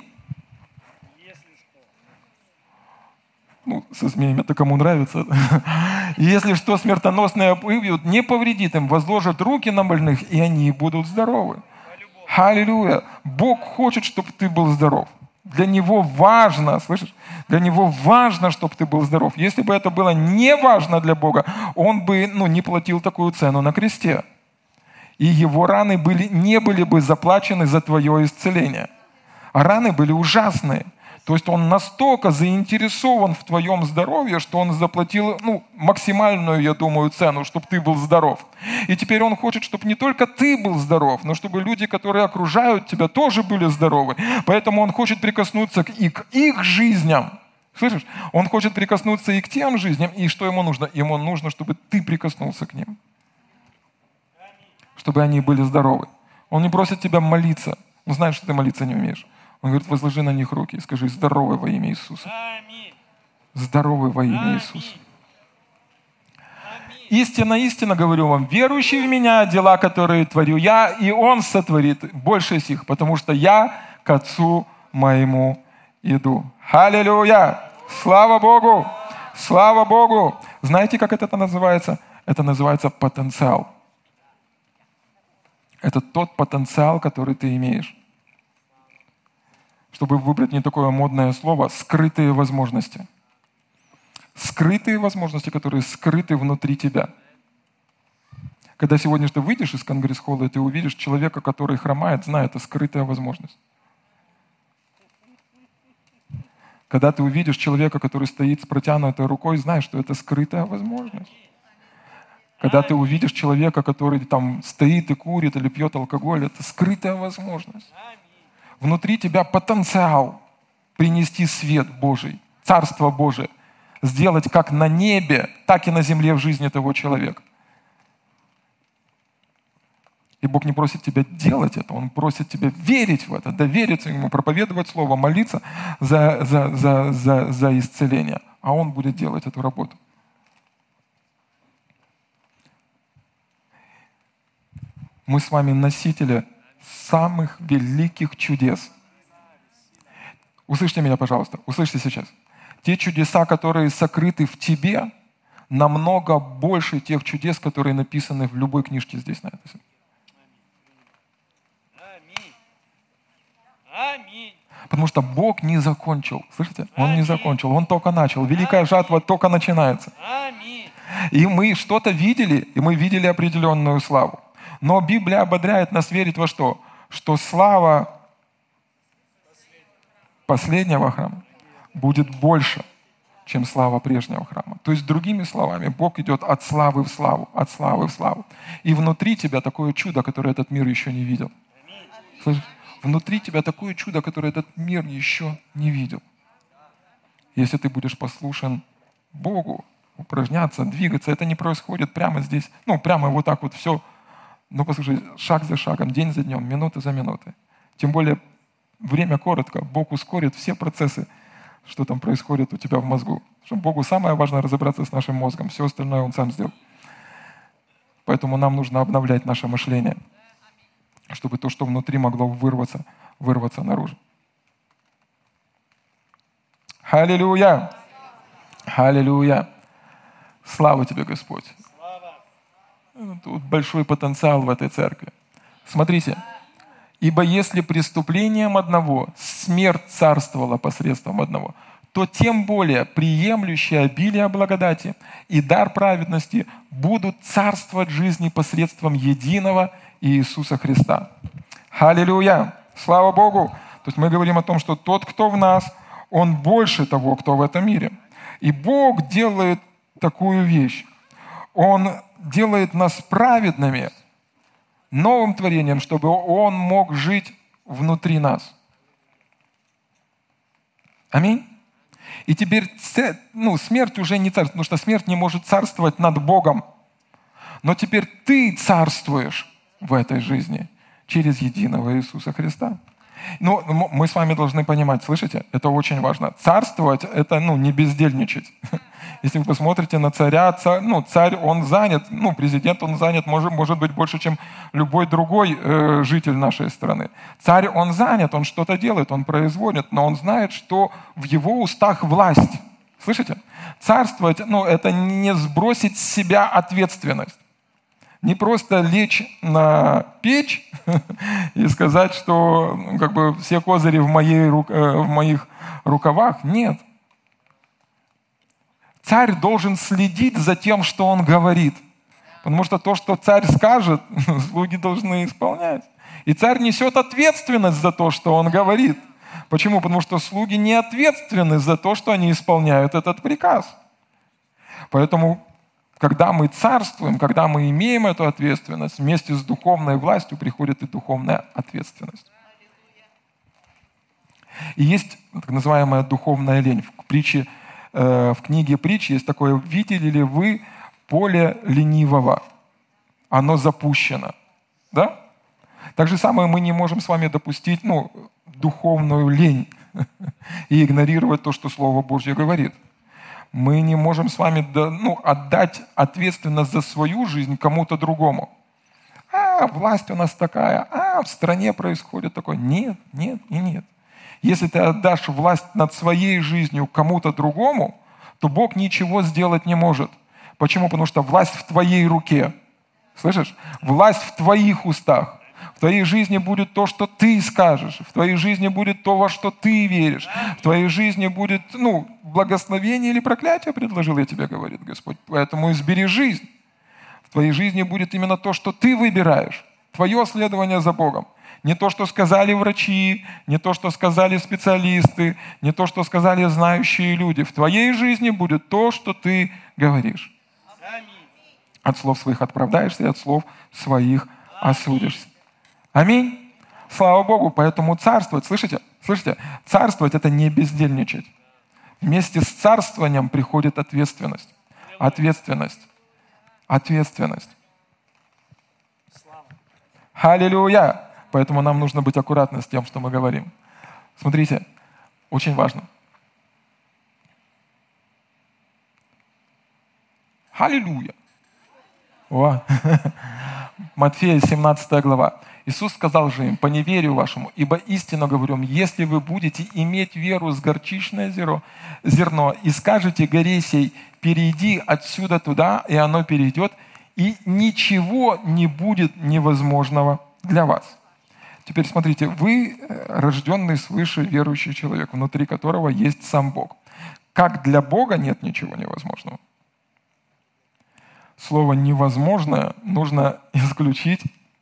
Со змеями это кому нравится. Если что смертоносное выпьют, не повредит им, возложат руки на больных, и они будут здоровы. Аллилуйя. Бог хочет, чтобы ты был здоров. Для него важно, слышишь? Для него важно, чтобы ты был здоров. Если бы это было не важно для Бога, он бы не платил такую цену на кресте. И его раны не были бы заплачены за твое исцеление. А раны были ужасные. То есть он настолько заинтересован в твоем здоровье, что он заплатил максимальную, я думаю, цену, чтобы ты был здоров. И теперь он хочет, чтобы не только ты был здоров, но чтобы люди, которые окружают тебя, тоже были здоровы. Поэтому он хочет прикоснуться и к их жизням. Слышишь? Он хочет прикоснуться и к тем жизням. И что ему нужно? Ему нужно, чтобы ты прикоснулся к ним. Чтобы они были здоровы. Он не просит тебя молиться. Он знает, что ты молиться не умеешь. Он говорит, возложи на них руки и скажи, здоровый во имя Иисуса. Здоровый во имя Иисуса. Истинно, истинно говорю вам, верующий в Меня, дела, которые творю Я, и Он сотворит больше сих, потому что Я к Отцу Моему иду. Аллилуйя! Слава Богу! Слава Богу! Знаете, как это называется? Это называется потенциал. Это тот потенциал, который ты имеешь. Чтобы выбрать не такое модное слово, скрытые возможности. Скрытые возможности, которые скрыты внутри тебя. Когда сегодня ты выйдешь из конгресс-холла, и ты увидишь человека, который хромает, знай, это скрытая возможность. Когда ты увидишь человека, который стоит с протянутой рукой, знай, что это скрытая возможность. Когда ты увидишь человека, который там стоит и курит или пьет алкоголь, это скрытая возможность. Внутри тебя потенциал принести свет Божий, Царство Божие, сделать как на небе, так и на земле в жизни того человека. И Бог не просит тебя делать это, Он просит тебя верить в это, довериться Ему, проповедовать Слово, молиться за исцеление. А Он будет делать эту работу. Мы с вами носители самых великих чудес. Услышьте меня, пожалуйста, услышьте сейчас. Те чудеса, которые сокрыты в тебе, намного больше тех чудес, которые написаны в любой книжке здесь на этой земле. Аминь. Потому что Бог не закончил. Слышите? Он не закончил, Он только начал. Великая жатва только начинается. И мы что-то видели, и мы видели определенную славу. Но Библия ободряет нас верить во что? Что слава последнего храма будет больше, чем слава прежнего храма. То есть, другими словами, Бог идет от славы в славу, от славы в славу. И внутри тебя такое чудо, которое этот мир еще не видел. Слышишь? Внутри тебя такое чудо, которое этот мир еще не видел. Если ты будешь послушен Богу, упражняться, двигаться, это не происходит прямо здесь, прямо вот так вот все. Послушай, шаг за шагом, день за днем, минута за минутой. Тем более, время коротко, Бог ускорит все процессы, что там происходит у тебя в мозгу. Потому что Богу самое важное разобраться с нашим мозгом, все остальное Он сам сделал. Поэтому нам нужно обновлять наше мышление, чтобы то, что внутри, могло вырваться наружу. Аллилуйя! Аллилуйя! Слава Тебе, Господь! Тут большой потенциал в этой церкви. Смотрите. «Ибо если преступлением одного смерть царствовала посредством одного, то тем более приемлющие обилие благодати и дар праведности будут царствовать жизни посредством единого Иисуса Христа». Аллилуйя! Слава Богу! То есть мы говорим о том, что тот, кто в нас, он больше того, кто в этом мире. И Бог делает такую вещь. Он делает нас праведными, новым творением, чтобы Он мог жить внутри нас. Аминь. И теперь смерть уже не царствует, потому что смерть не может царствовать над Богом. Но теперь ты царствуешь в этой жизни через единого Иисуса Христа. Мы с вами должны понимать, слышите, это очень важно. Царствовать – это не бездельничать. Если вы посмотрите на царя, царь, он занят, президент, он занят, может быть, больше, чем любой другой житель нашей страны. Царь, он занят, он что-то делает, он производит, но он знает, что в его устах власть. Слышите? Царствовать, это не сбросить с себя ответственность. Не просто лечь на печь и сказать, что как бы все козыри в моих рукавах. Нет. Царь должен следить за тем, что он говорит. Потому что то, что царь скажет, слуги должны исполнять. И царь несет ответственность за то, что он говорит. Почему? Потому что слуги не ответственны за то, что они исполняют этот приказ. Поэтому, когда мы царствуем, когда мы имеем эту ответственность, вместе с духовной властью приходит и духовная ответственность. И есть так называемая духовная лень. В книге Притч есть такое: «Видели ли вы поле ленивого? Оно запущено». Да? Так же самое мы не можем с вами допустить духовную лень и игнорировать то, что Слово Божье говорит. Мы не можем с вами отдать ответственность за свою жизнь кому-то другому. Власть у нас такая, в стране происходит такое. Нет, нет и нет. Если ты отдашь власть над своей жизнью кому-то другому, то Бог ничего сделать не может. Почему? Потому что власть в твоей руке. Слышишь? Власть в твоих устах. В твоей жизни будет то, что ты скажешь. В твоей жизни будет то, во что ты веришь. В твоей жизни будет, благословение или проклятие, предложил я тебе, говорит Господь. Поэтому избери жизнь. В твоей жизни будет именно то, что ты выбираешь. Твое следование за Богом. Не то, что сказали врачи, не то, что сказали специалисты, не то, что сказали знающие люди. В твоей жизни будет то, что ты говоришь. От слов своих оправдаешься, и от слов своих осудишься. Аминь. Слава Богу. Поэтому царствовать, слышите? Царствовать — это не бездельничать. Вместе с царствованием приходит ответственность. Ответственность. Аллилуйя. Поэтому нам нужно быть аккуратны с тем, что мы говорим. Смотрите, очень важно. Аллилуйя. Матфея 17 глава. Иисус сказал же им: «По неверию вашему, ибо истинно говорю вам, если вы будете иметь веру с горчичное зерно и скажете горе сей: перейди отсюда туда, и оно перейдет, и ничего не будет невозможного для вас». Теперь смотрите, вы рожденный свыше верующий человек, внутри которого есть сам Бог. Как для Бога нет ничего невозможного? Слово «невозможное» нужно исключить.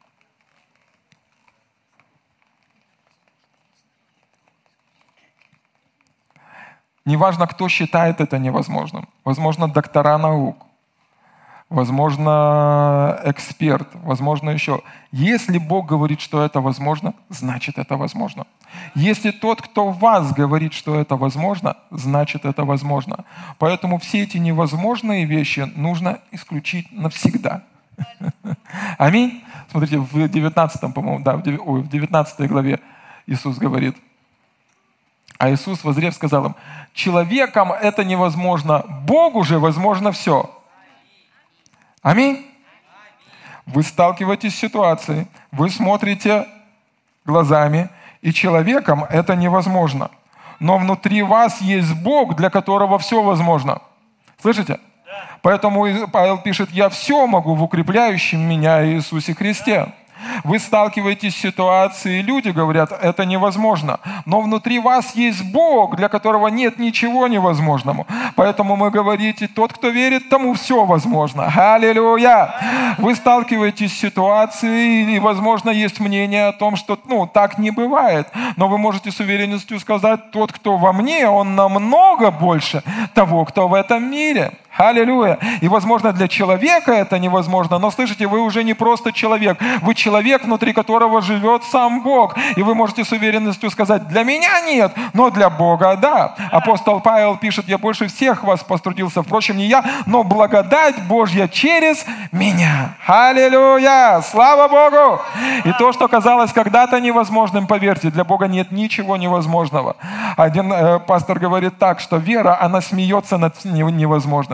Неважно, кто считает это невозможным. Возможно, доктора наук. Возможно, эксперт. Возможно, еще. Если Бог говорит, что это возможно, значит, это возможно. Если тот, кто в вас говорит, что это возможно, значит, это возможно. Поэтому все эти невозможные вещи нужно исключить навсегда. Аминь. Смотрите, в 19, по-моему, в 19 главе Иисус говорит: а Иисус, воззрев, сказал им: человеком это невозможно, Богу же возможно все. Аминь. Вы сталкиваетесь с ситуацией, вы смотрите глазами, и человеком это невозможно. Но внутри вас есть Бог, для которого все возможно. Слышите? Поэтому Павел пишет: «Я все могу в укрепляющем меня Иисусе Христе». Вы сталкиваетесь с ситуацией, люди говорят: это невозможно. Но внутри вас есть Бог, для которого нет ничего невозможного. Поэтому мы говорите: тот, кто верит, тому все возможно. Аллилуйя! Вы сталкиваетесь с ситуацией, и, возможно, есть мнение о том, что так не бывает. Но вы можете с уверенностью сказать: тот, кто во мне, он намного больше того, кто в этом мире. Аллилуйя! И, возможно, для человека это невозможно, но, слышите, вы уже не просто человек, вы человек, внутри которого живет сам Бог. И вы можете с уверенностью сказать: для меня нет, но для Бога да. Апостол Павел пишет: я больше всех вас пострудился, впрочем, не я, но благодать Божья через меня. Аллилуйя! Слава Богу! И то, что казалось когда-то невозможным, поверьте, для Бога нет ничего невозможного. Один пастор говорит так, что вера, она смеется над невозможным.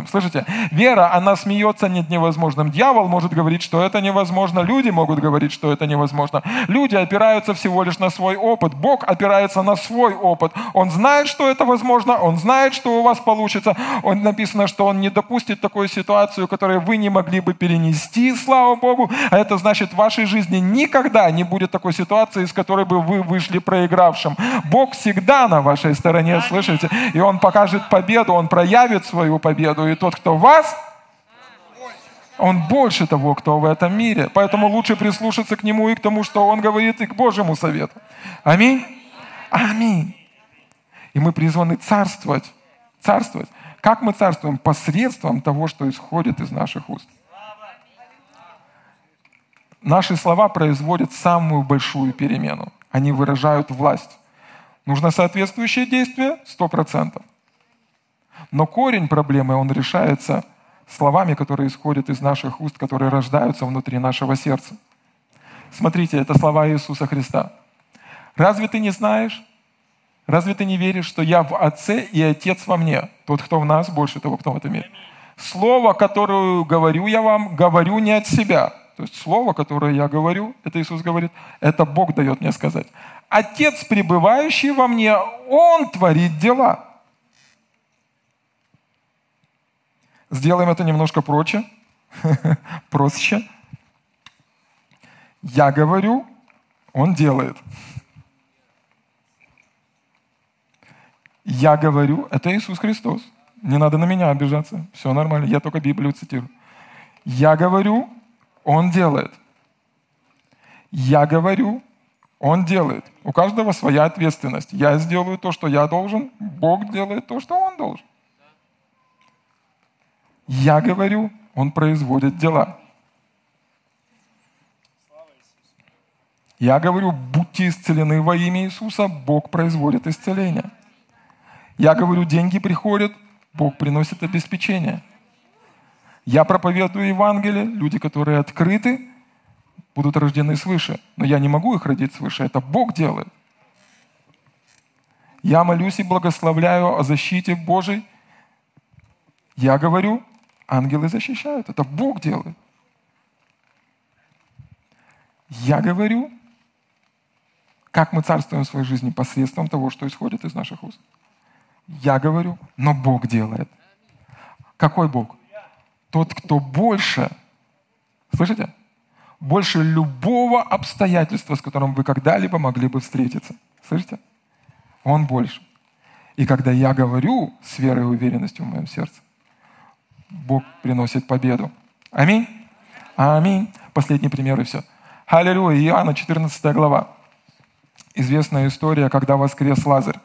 Слышите? Вера, она смеется над невозможным. Дьявол может говорить, что это невозможно. Люди могут говорить, что это невозможно. Люди опираются всего лишь на свой опыт. Бог опирается на свой опыт. Он знает, что это возможно. Он знает, что у вас получится. Он написано, что Он не допустит такую ситуацию, которую вы не могли бы перенести, слава Богу. А это значит, в вашей жизни никогда не будет такой ситуации, из которой бы вы вышли проигравшим. Бог всегда на вашей стороне, слышите? И Он покажет победу, Он проявит свою победу. И тот, кто в вас, Он больше того, кто в этом мире. Поэтому лучше прислушаться к Нему и к тому, что Он говорит, и к Божьему совету. Аминь. Аминь. И мы призваны царствовать. Царствовать. Как мы царствуем? Посредством того, что исходит из наших уст. Наши слова производят самую большую перемену. Они выражают власть. Нужно соответствующее действие 100%. Но корень проблемы, он решается словами, которые исходят из наших уст, которые рождаются внутри нашего сердца. Смотрите, это слова Иисуса Христа. «Разве ты не знаешь? Разве ты не веришь, что я в Отце и Отец во мне? Тот, кто в нас, больше того, кто в этом мире. Слово, которое говорю я вам, говорю не от себя». То есть слово, которое я говорю, это Иисус говорит, это Бог дает мне сказать. Отец, пребывающий во мне, Он творит дела. Сделаем это немножко проще. Я говорю, Он делает. Я говорю, это Иисус Христос. Не надо на меня обижаться. Все нормально, я только Библию цитирую. Я говорю, Он делает. Я говорю, Он делает. У каждого своя ответственность. Я сделаю то, что я должен, Бог делает то, что Он должен. Я говорю, Он производит дела. Я говорю, будьте исцелены во имя Иисуса, Бог производит исцеление. Я говорю, деньги приходят, Бог приносит обеспечение. Я проповедую Евангелие, люди, которые открыты, будут рождены свыше. Но я не могу их родить свыше, это Бог делает. Я молюсь и благословляю о защите Божией. Я говорю, ангелы защищают, это Бог делает. Я говорю, как мы царствуем в своей жизни посредством того, что исходит из наших уст. Я говорю, но Бог делает. Какой Бог? Тот, кто больше, слышите? Больше любого обстоятельства, с которым вы когда-либо могли бы встретиться. Слышите? Он больше. И когда я говорю с верой и уверенностью в моем сердце, Бог приносит победу. Аминь? Аминь. Последний пример и все. Аллилуйя. Иоанна 14 глава. Известная история, когда воскрес Лазарь.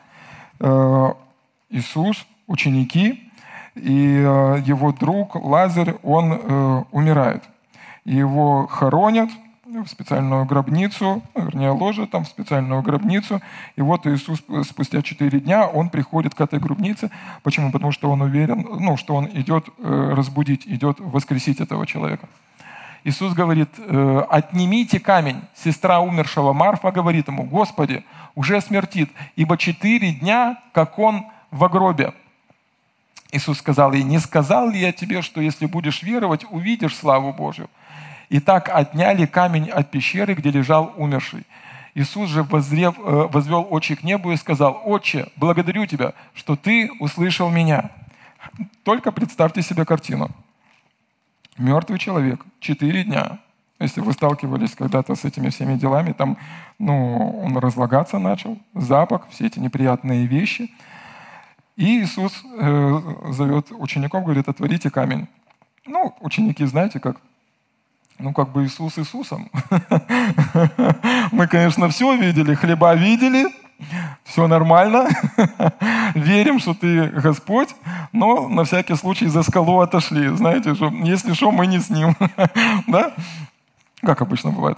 Иисус, ученики и его друг Лазарь, он умирает. Его хоронят в специальную гробницу, вернее, ложат там в специальную гробницу. И вот Иисус спустя 4 дня, он приходит к этой гробнице. Почему? Потому что он уверен, что он идет разбудить, идет воскресить этого человека. Иисус говорит, отнимите камень. Сестра умершего Марфа говорит ему, Господи, уже смертит, ибо 4 дня, как он в гробе. Иисус сказал ей, не сказал ли я тебе, что если будешь веровать, увидишь славу Божью? И так отняли камень от пещеры, где лежал умерший. Иисус же, возвел очи к небу и сказал, Отче, благодарю Тебя, что Ты услышал меня. Только представьте себе картину. Мертвый человек, 4 дня. Если вы сталкивались когда-то с этими всеми делами, там, он разлагаться начал, запах, все эти неприятные вещи. И Иисус зовет учеников, говорит, отворите камень. Ученики, знаете, как бы Иисус Иисусом. Мы, конечно, все видели, хлеба видели, все нормально, верим, что Ты Господь, но на всякий случай за скалу отошли. Знаете, что если что, мы не с Ним. Да? Как обычно бывает.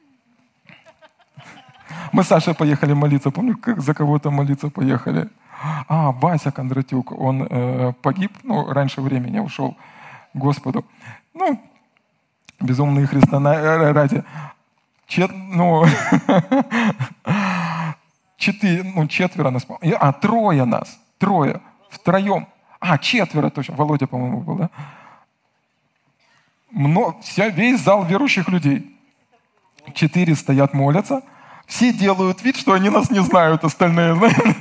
Мы с Сашей поехали молиться. Помню, как за кого-то молиться поехали. Вася Кондратюк, он погиб, раньше времени ушел к Господу. Безумные Христа ради. Четверо нас. Трое нас. Трое. Втроем. 4 точно. Володя, по-моему, был, да? Весь зал верующих людей. 4 стоят, молятся. Все делают вид, что они нас не знают, остальные, знаете.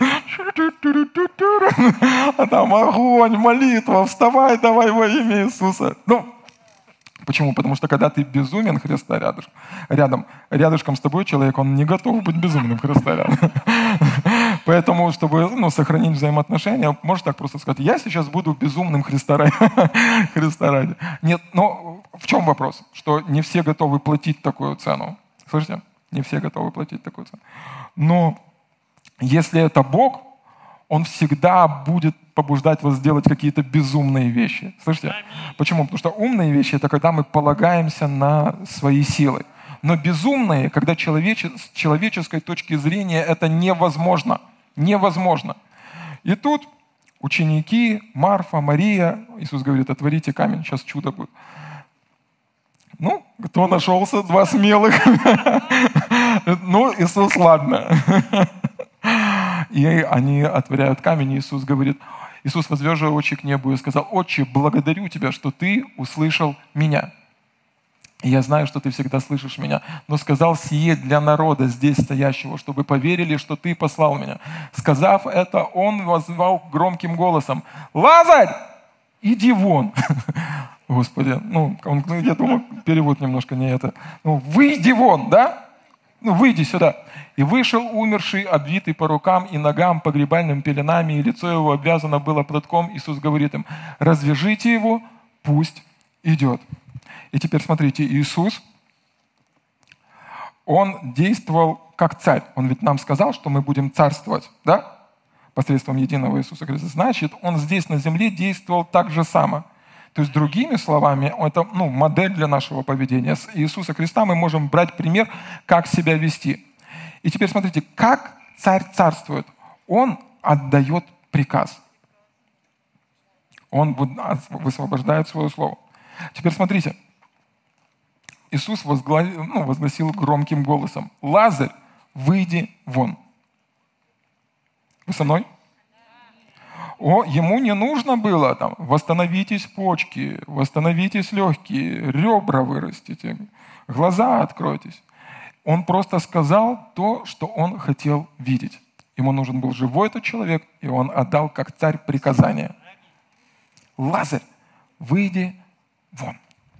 А там огонь, молитва, вставай, давай во имя Иисуса. Почему? Потому что когда ты безумен, Христа рядышком с тобой человек, он не готов быть безумным, Христа рядом. Поэтому, чтобы сохранить взаимоотношения, можешь так просто сказать, я сейчас буду безумным Христа ради. Нет, но в чем вопрос? Что не все готовы платить такую цену. Слышите? Не все готовы платить такую цену. Но если это Бог, Он всегда будет побуждать вас сделать какие-то безумные вещи. Слышите? Почему? Потому что умные вещи — это когда мы полагаемся на свои силы. Но безумные, когда с человеческой точки зрения это невозможно. Невозможно. И тут ученики, Марфа, Мария, Иисус говорит, отворите камень, сейчас чудо будет. Кто нашелся? 2 смелых. Иисус, ладно. И они отворяют камень, и Иисус говорит, Иисус, возвел очи к небу и сказал, «Отче, благодарю Тебя, что Ты услышал Меня. И я знаю, что Ты всегда слышишь Меня, но сказал сие для народа здесь стоящего, чтобы поверили, что Ты послал Меня». Сказав это, Он воззвал громким голосом, «Лазарь, иди вон!» Господи, я думаю, перевод немножко не это. «Выйди вон, да? Выйди сюда». И вышел умерший, обвитый по рукам и ногам погребальными пеленами, и лицо его обвязано было платком. Иисус говорит им, развяжите его, пусть идет. И теперь смотрите, Иисус, Он действовал как царь. Он ведь нам сказал, что мы будем царствовать, да? Посредством единого Иисуса Христа. Значит, Он здесь на земле действовал так же само. То есть, другими словами, это модель для нашего поведения. С Иисуса Христа мы можем брать пример, как себя вести. И теперь смотрите, как царь царствует. Он отдает приказ. Он высвобождает свое слово. Теперь смотрите. Иисус возгласил громким голосом, «Лазарь, выйди вон». Вы со мной? Ему не нужно было восстановитесь почки, восстановитесь легкие, ребра вырастите, глаза откройтесь. Он просто сказал то, что он хотел видеть. Ему нужен был живой этот человек, и он отдал как царь приказание. Лазарь, выйди вон.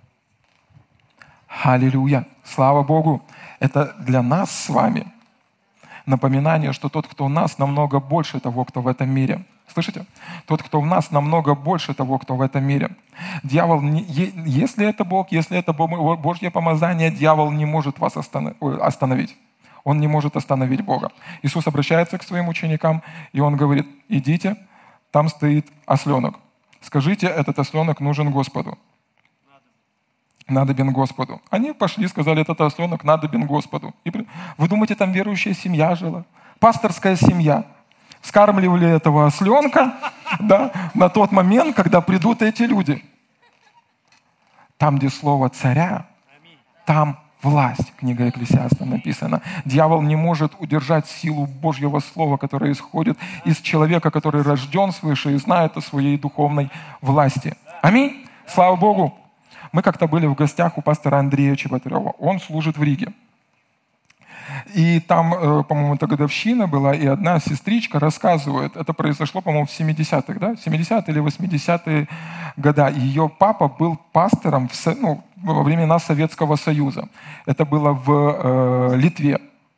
Аллилуйя. Слава Богу. Это для нас с вами напоминание, что тот, кто у нас, намного больше того, кто в этом мире. Слышите? Тот, кто в нас, намного больше того, кто в этом мире. Дьявол, если это Бог, если это Божье помазание, дьявол не может вас остановить. Он не может остановить Бога. Иисус обращается к своим ученикам, и Он говорит, идите, там стоит осленок. Скажите, этот осленок нужен Господу. Надобен Господу. Они пошли, сказали, этот осленок надобен Господу. И вы думаете, там верующая семья жила? Пасторская семья. Вскармливали этого осленка, на тот момент, когда придут эти люди. Там, где слово царя, там власть. Книга Екклесиаста написана. Дьявол не может удержать силу Божьего слова, которое исходит из человека, который рожден свыше и знает о своей духовной власти. Аминь. Слава Богу. Мы как-то были в гостях у пастора Андрея Чеботарева. Он служит в Риге. И там, по-моему, это годовщина была, и одна сестричка рассказывает, это произошло, по-моему, в 70-х, да? 70-е или 80-е года. Ее папа был пастором во времена Советского Союза. Это было в Литве.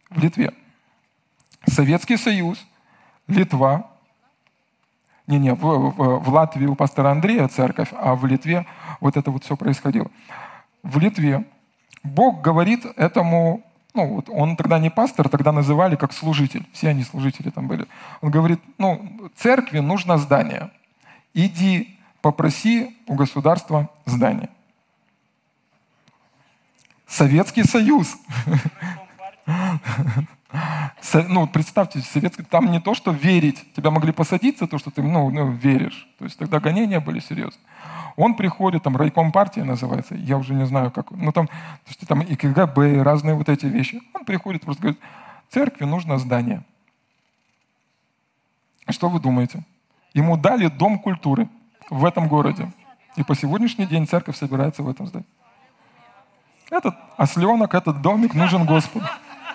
Советский Союз, Литва. В Латвии у пастора Андрея церковь, а в Литве вот это вот все происходило. В Литве Бог говорит этому, он тогда не пастор, тогда называли как служитель. Все они служители там были. Он говорит, церкви нужно здание. Иди попроси у государства здание. Советский Союз. Представьте, там не то, что верить. Тебя могли посадить за то, что ты веришь. То есть тогда гонения были серьезные. Он приходит, там райком партии называется, я уже не знаю как. Там и КГБ, и разные вот эти вещи. Он приходит, просто говорит, церкви нужно здание. Что вы думаете? Ему дали дом культуры в этом городе. И по сегодняшний день церковь собирается в этом здании. Этот осленок, этот домик нужен Господу.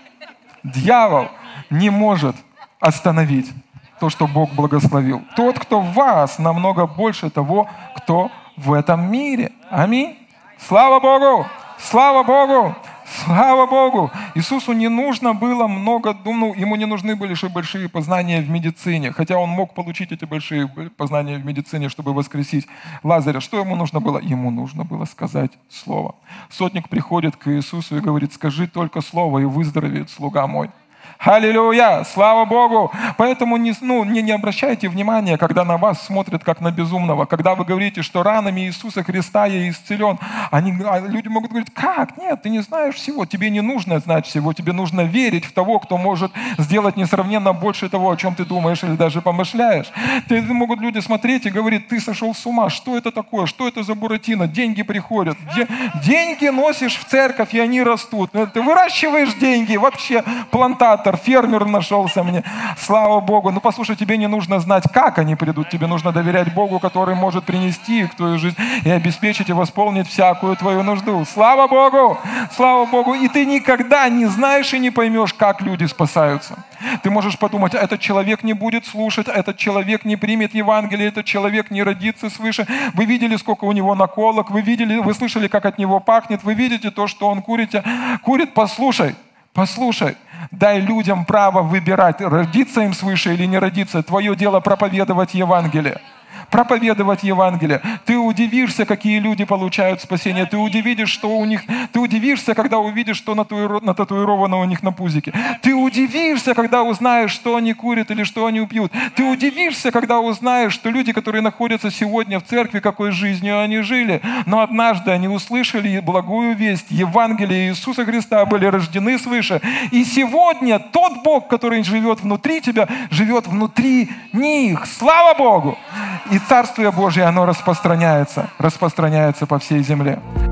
Дьявол не может остановить то, что Бог благословил. Тот, кто в вас, намного больше того, кто в этом мире. Аминь. Слава Богу! Слава Богу! Слава Богу! Иисусу не нужно было много, ему не нужны были большие познания в медицине, хотя он мог получить эти большие познания в медицине, чтобы воскресить Лазаря. Что ему нужно было? Ему нужно было сказать слово. Сотник приходит к Иисусу и говорит: скажи только слово, и выздоровеет слуга мой. Аллилуйя! Слава Богу! Поэтому не обращайте внимания, когда на вас смотрят как на безумного. Когда вы говорите, что ранами Иисуса Христа я исцелен, люди могут говорить: как? Нет, ты не знаешь всего. Тебе не нужно знать всего. Тебе нужно верить в того, кто может сделать несравненно больше того, о чем ты думаешь или даже помышляешь. Могут люди смотреть и говорить: ты сошел с ума. Что это такое? Что это за буратино? Деньги приходят. Деньги носишь в церковь, и они растут. Ты выращиваешь деньги. Вообще плантатор, фермер нашелся мне. Слава Богу. Послушай, тебе не нужно знать, как они придут. Тебе нужно доверять Богу, который может принести их в твою жизнь и обеспечить и восполнить всякую твою нужду. Слава Богу! Слава Богу! И ты никогда не знаешь и не поймешь, как люди спасаются. Ты можешь подумать: этот человек не будет слушать, этот человек не примет Евангелие, этот человек не родится свыше. Вы видели, сколько у него наколок, вы слышали, как от него пахнет, вы видите то, что он курит. Послушай, дай людям право выбирать, родиться им свыше или не родиться. Твое дело проповедовать Евангелие. Проповедовать Евангелие. Ты удивишься, какие люди получают спасение. Ты удивишься, когда увидишь, что нататуировано у них на пузике. Ты удивишься, когда узнаешь, что они курят или что они пьют. Ты удивишься, когда узнаешь, что люди, которые находятся сегодня в церкви, какой жизнью они жили, но однажды они услышали благую весть, Евангелие Иисуса Христа, были рождены свыше. И сегодня тот Бог, который живет внутри тебя, живет внутри них. Слава Богу! И Царствие Божие, оно распространяется по всей земле.